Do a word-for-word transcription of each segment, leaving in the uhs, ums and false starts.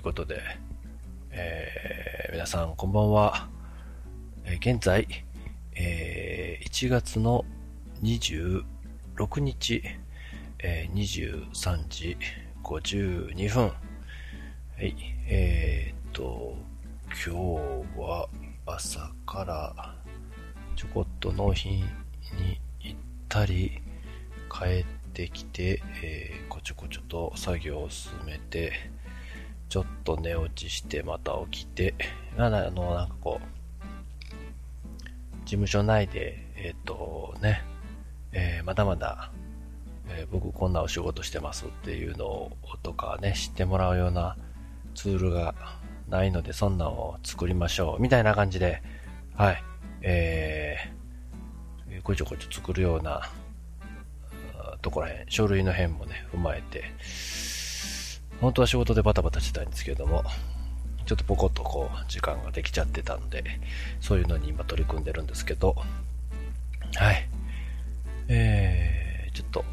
いうことで、えー、皆さんこんばんは。えー、現在、えー、いちがつのにじゅうろくにち、えー、にじゅうさんじごじゅうにふん。はい、えーっと、今日は朝からちょこっと納品に行ったり、帰ってきて、えー、こちょこちょと作業を進めて、ちょっと寝落ちしてまた起きて、ななあのなんかこう事務所内でえっとね、えー、まだまだ、えー、僕こんなお仕事してますっていうのをとかね知ってもらうようなツールがないので、そんなのを作りましょうみたいな感じで、はい、えー、こちょこちょ作るようなところへん、書類の辺もね踏まえて、本当は仕事でバタバタしてたんですけれども、ちょっとポコッとこう時間ができちゃってたので、そういうのに今取り組んでるんですけど、はい、えー、ちょっと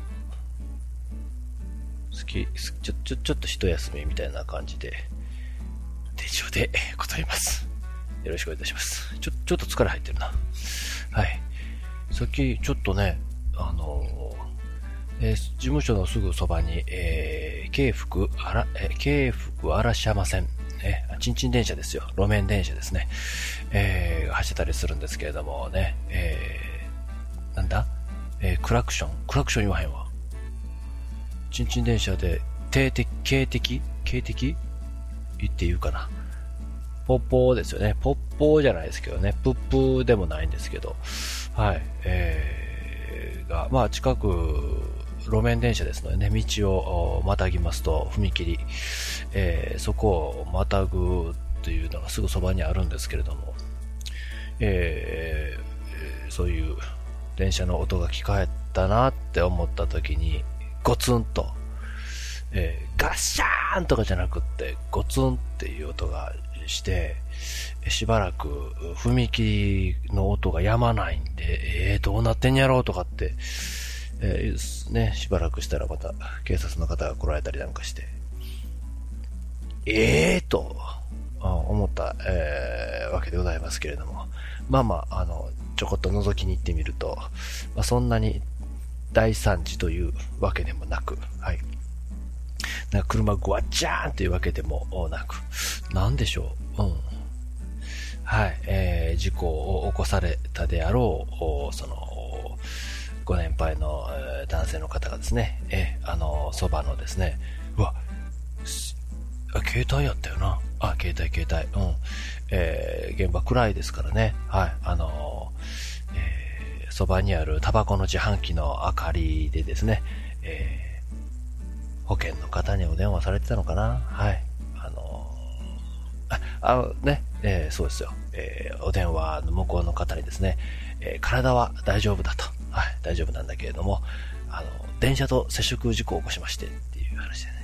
好きちょちょちょっと一休みみたいな感じで手帳で答えます。よろしくお願いいたします。ちょちょっと疲れ入ってるな。はい、さっきちょっとね、あのーえー、事務所のすぐそばに、えー、京福あら、えー、京福嵐山線、ね、ちんちん電車ですよ。路面電車ですね。えー、走ったりするんですけれどもね、えー、なんだ、えー、クラクションクラクション言わへんわ。ちんちん電車で、定的、警笛警笛言って言うかな。ポッポーですよね。ポッポーじゃないですけどね。プップーでもないんですけど、はい、えー、が、まあ近く、路面電車ですのでね、道をまたぎますと踏切、えー、そこをまたぐというのがすぐそばにあるんですけれども、えー、そういう電車の音が聞こえたなって思った時にゴツンと、えー、ガッシャーンとかじゃなくってゴツンっていう音がして、しばらく踏切の音が止まないんで、えー、どうなってんやろうとかってえー、ね、しばらくしたらまた警察の方が来られたりなんかして、ええーと思った、えー、わけでございますけれども、まあまあ、あのちょこっと覗きに行ってみると、まあ、そんなに大惨事というわけでもなく、はい、なんか車グワッチャーンというわけでもなく、なんでしょう、うん、はい、えー、事故を起こされたであろうそのご年配の男性の方がですね、え、あの、そばのですね、うわ、あ、携帯やったよな。あ、携帯、携帯。うん。えー、現場暗いですからね。はい。あの、えー、そばにあるタバコの自販機の明かりでですね、えー、保険の方にお電話されてたのかな。はい。あの、あ、あね、えー、そうですよ。えー、お電話の向こうの方にですね、えー、体は大丈夫だと。はい、大丈夫なんだけれども、あの、電車と接触事故を起こしましてっていう話でね。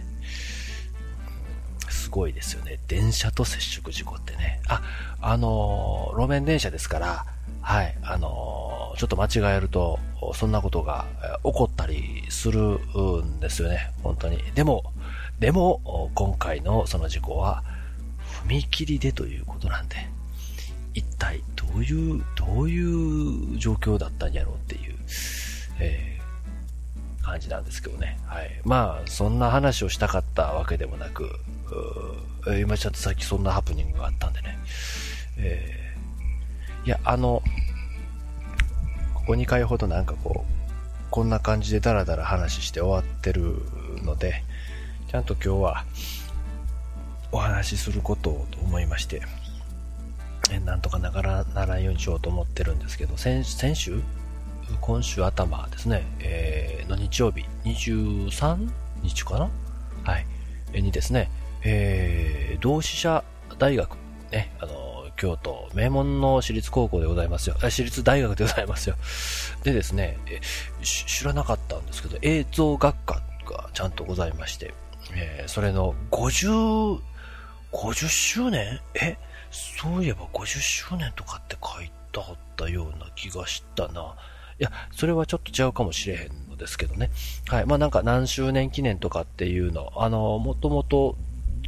すごいですよね。電車と接触事故ってね。あ、あのー、路面電車ですから、はい、あのー、ちょっと間違えると、そんなことが起こったりするんですよね。本当に。でも、でも、今回のその事故は、踏切でということなんで、一体どういう、どういう状況だったんやろうっていう、えー、感じなんですけどね。はい。まあ、そんな話をしたかったわけでもなく、今ちょっとさっきそんなハプニングがあったんでね。えー、いや、あの、ここにかいほどなんかこう、こんな感じでダラダラ話して終わってるので、ちゃんと今日はお話しすることをと思いまして、なんとかながらならんようにしようと思ってるんですけど、先, 先週今週頭ですね、えー、の日曜日にじゅうさんにちかな、はい、にですね、えー、同志社大学ね、あの京都名門の私立高校でございますよ、私立大学でございますよ。でですね、え知らなかったんですけど、映像学科がちゃんとございまして、えー、それのごじゅう、ごじゅっしゅうねん、えそういえばごじゅっしゅうねんとかって書いてあったような気がしたな。いや、それはちょっと違うかもしれへんのですけどね。はい。まあなんか何周年記念とかっていうの、あの、もともと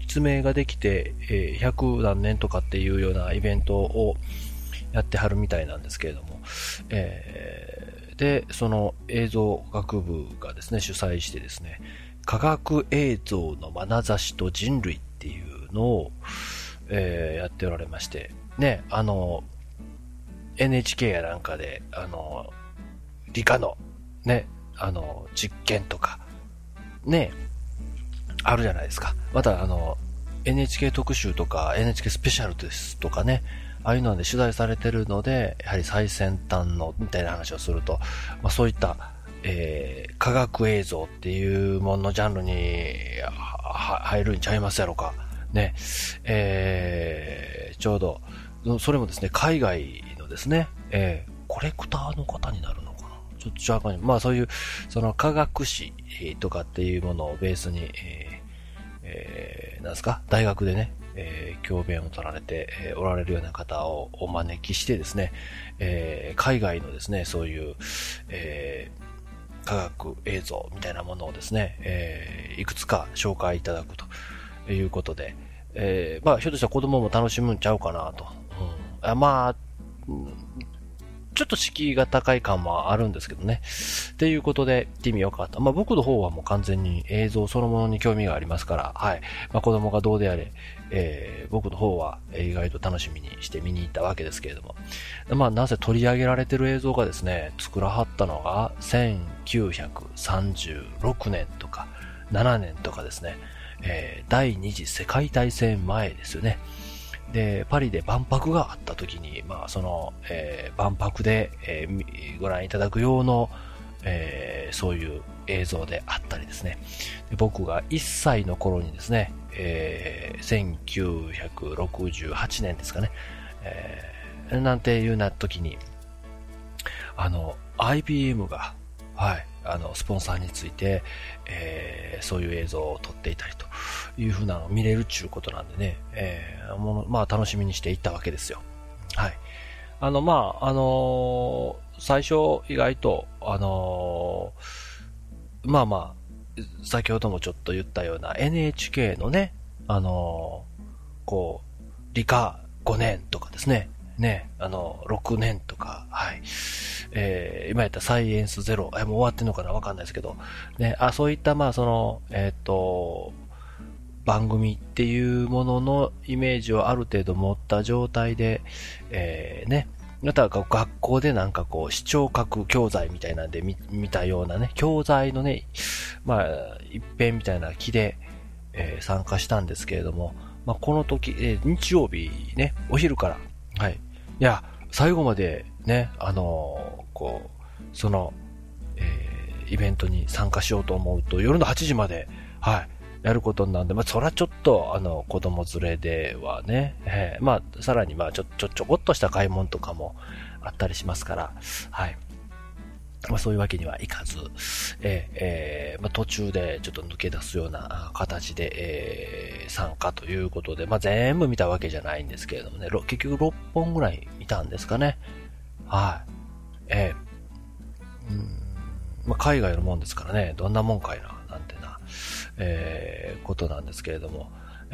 立命ができて、えー、ひゃくなんねんとかっていうようなイベントをやってはるみたいなんですけれども、えー、で、その映像学部がですね、主催してですね、科学映像の眼差しと人類っていうのを、えー、やっておられまして、ね、あの、エヌエイチケー やなんかで、あの、理科の、ね、あの、実験とか、ね、あるじゃないですか。また、あの、エヌエイチケー 特集とか、エヌエイチケー スペシャルですとかね、ああいうので取材されてるので、やはり最先端の、みたいな話をすると、まあそういった、えー、科学映像っていうもののジャンルには入るんちゃいますやろか。ね、えー、ちょうど、それもですね、海外のですね、えー、コレクターの方になるのかな。ちょっとわかんない。まあそういう、その科学史とかっていうものをベースに、えーえー、なんですか、大学でね、えー、教鞭を取られて、えー、おられるような方をお招きしてですね、えー、海外のですね、そういう、えー、科学映像みたいなものをですね、えー、いくつか紹介いただくということで、えー、まあ、ひょっとしたら子供も楽しむんちゃうかなと。うん、あまあ、ちょっと敷居が高い感もあるんですけどね。っていうことで、行ってみようかと。まあ僕の方はもう完全に映像そのものに興味がありますから、はい。まあ子供がどうであれ、えー、僕の方は意外と楽しみにして見に行ったわけですけれども。まあなぜ取り上げられてる映像がですね、作らはったのがせんきゅうひゃくさんじゅうろくねんとかななねんとかですね、えー、第二次世界大戦前ですよね。で、パリで万博があった時に、まあ、その、えー、万博で、えー、ご覧いただく用の、えー、そういう映像であったりですね。で僕がいっさいの頃にですね、えー、せんきゅうひゃくろくじゅうはちねんですかね、えー、なんていうな時に、あの、アイビーエム が、はい、あの、スポンサーについて、えー、そういう映像を撮っていたりという風なのを見れるっちゅうことなんでね、えー、もの、まあ楽しみにしていったわけですよ。はい。あの、まあ、あのー、最初意外と、あのー、まあまあ、先ほどもちょっと言ったような エヌエイチケー のね、あのー、こう、理科ごねんとかですね、ね、あの、ろくねんとか、はい。えー、今やったサイエンスゼロ、え、もう終わってんのかなわかんないですけど、ね、あ、そういった、まあ、その、えっと、番組っていうもののイメージをある程度持った状態で、えー、ね、また学校でなんかこう、視聴覚教材みたいなんで見、見たようなね、教材のね、まあ、一編みたいな気で、えー、参加したんですけれども、まあ、この時、えー、日曜日ね、お昼から、はい。いや、最後までね、あのー、こう、その、えー、イベントに参加しようと思うと、夜のはちじまで、はい、やることなんで、まあ、そらちょっと、あの、子供連れではね、えー、まあ、さらに、まあ、ちょ、ちょ、ちょこっとした買い物とかもあったりしますから、はい。まあ、そういうわけにはいかず、えーえーまあ、途中でちょっと抜け出すような形で、えー、参加ということで、まあ、全部見たわけじゃないんですけれどもね、結局ろっぽんぐらい見たんですかね。はい。えー、うんまあ、海外のもんですからね、どんなもんかいな、なんてな、えー、ことなんですけれども、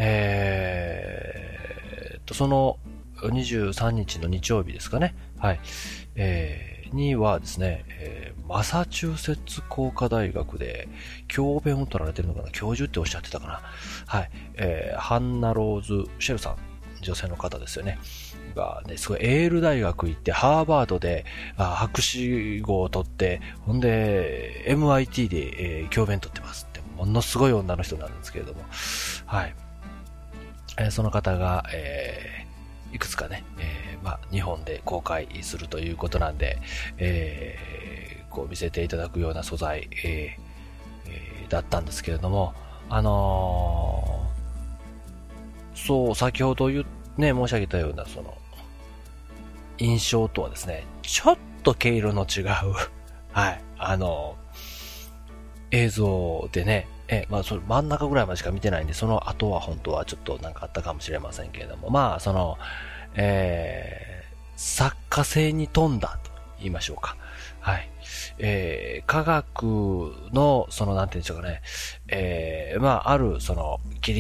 えー、と、そのにじゅうさんにちの日曜日ですかね、はい、えーにはですね、えー、マサチューセッツ工科大学で教鞭を取られてるのかな、教授っておっしゃってたかな。はい。えー、ハンナ・ローズ・シェルさん、女性の方ですよね。がね、すごいエール大学行って、ハーバードであ博士号を取って、ほんで、エムアイティー で、えー、教鞭取ってますって、ものすごい女の人なんですけれども、はい。えー、その方が、えー、いくつかね、えーまあ、日本で公開するということなんで、えー、こう見せていただくような素材、えーえー、だったんですけれども、あのー、そう、先ほど言う、ね、申し上げたような、その、印象とはですね、ちょっと毛色の違う、はい、あのー、映像でね、え、まあ、それ真ん中ぐらいまでしか見てないんで、その後は本当はちょっとなんかあったかもしれませんけれども、まあ、その、えー、作家性に富んだと言いましょうか。はい。えー、科学の、その、なんて言うんでしょうかね。えー、まあ、ある、その、切り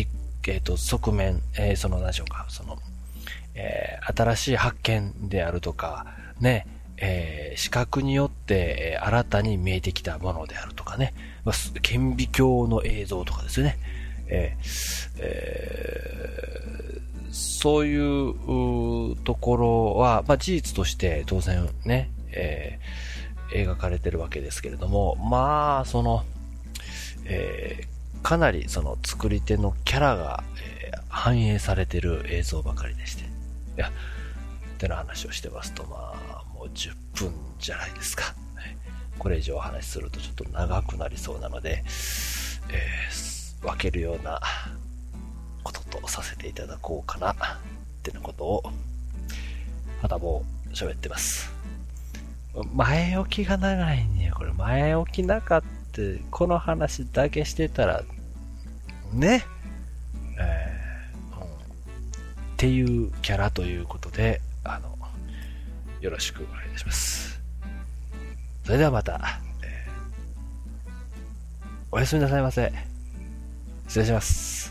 えっと、側面、えー、その何でしょうか、その、えー、新しい発見であるとか、ね、えー、視覚によって、えー、新たに見えてきたものであるとかね、まあ、顕微鏡の映像とかですよね。えーえー、そういうところは、まあ、事実として当然ね、えー、描かれてるわけですけれども、まあ、その、えー、かなりその作り手のキャラが、えー、反映されてる映像ばかりでして、いや、ってな話をしてますと、まあ、もうじゅっぷんじゃないですか。これ以上お話しするとちょっと長くなりそうなので、えー、分けるようなこととさせていただこうかなってなことをまたもう喋ってます。前置きが長いね。これ前置きなかったこの話だけしてたらね、えーうん、っていうキャラということで、あのよろしくお願いいたします。それではまた、えー、おやすみなさいませ。失礼します。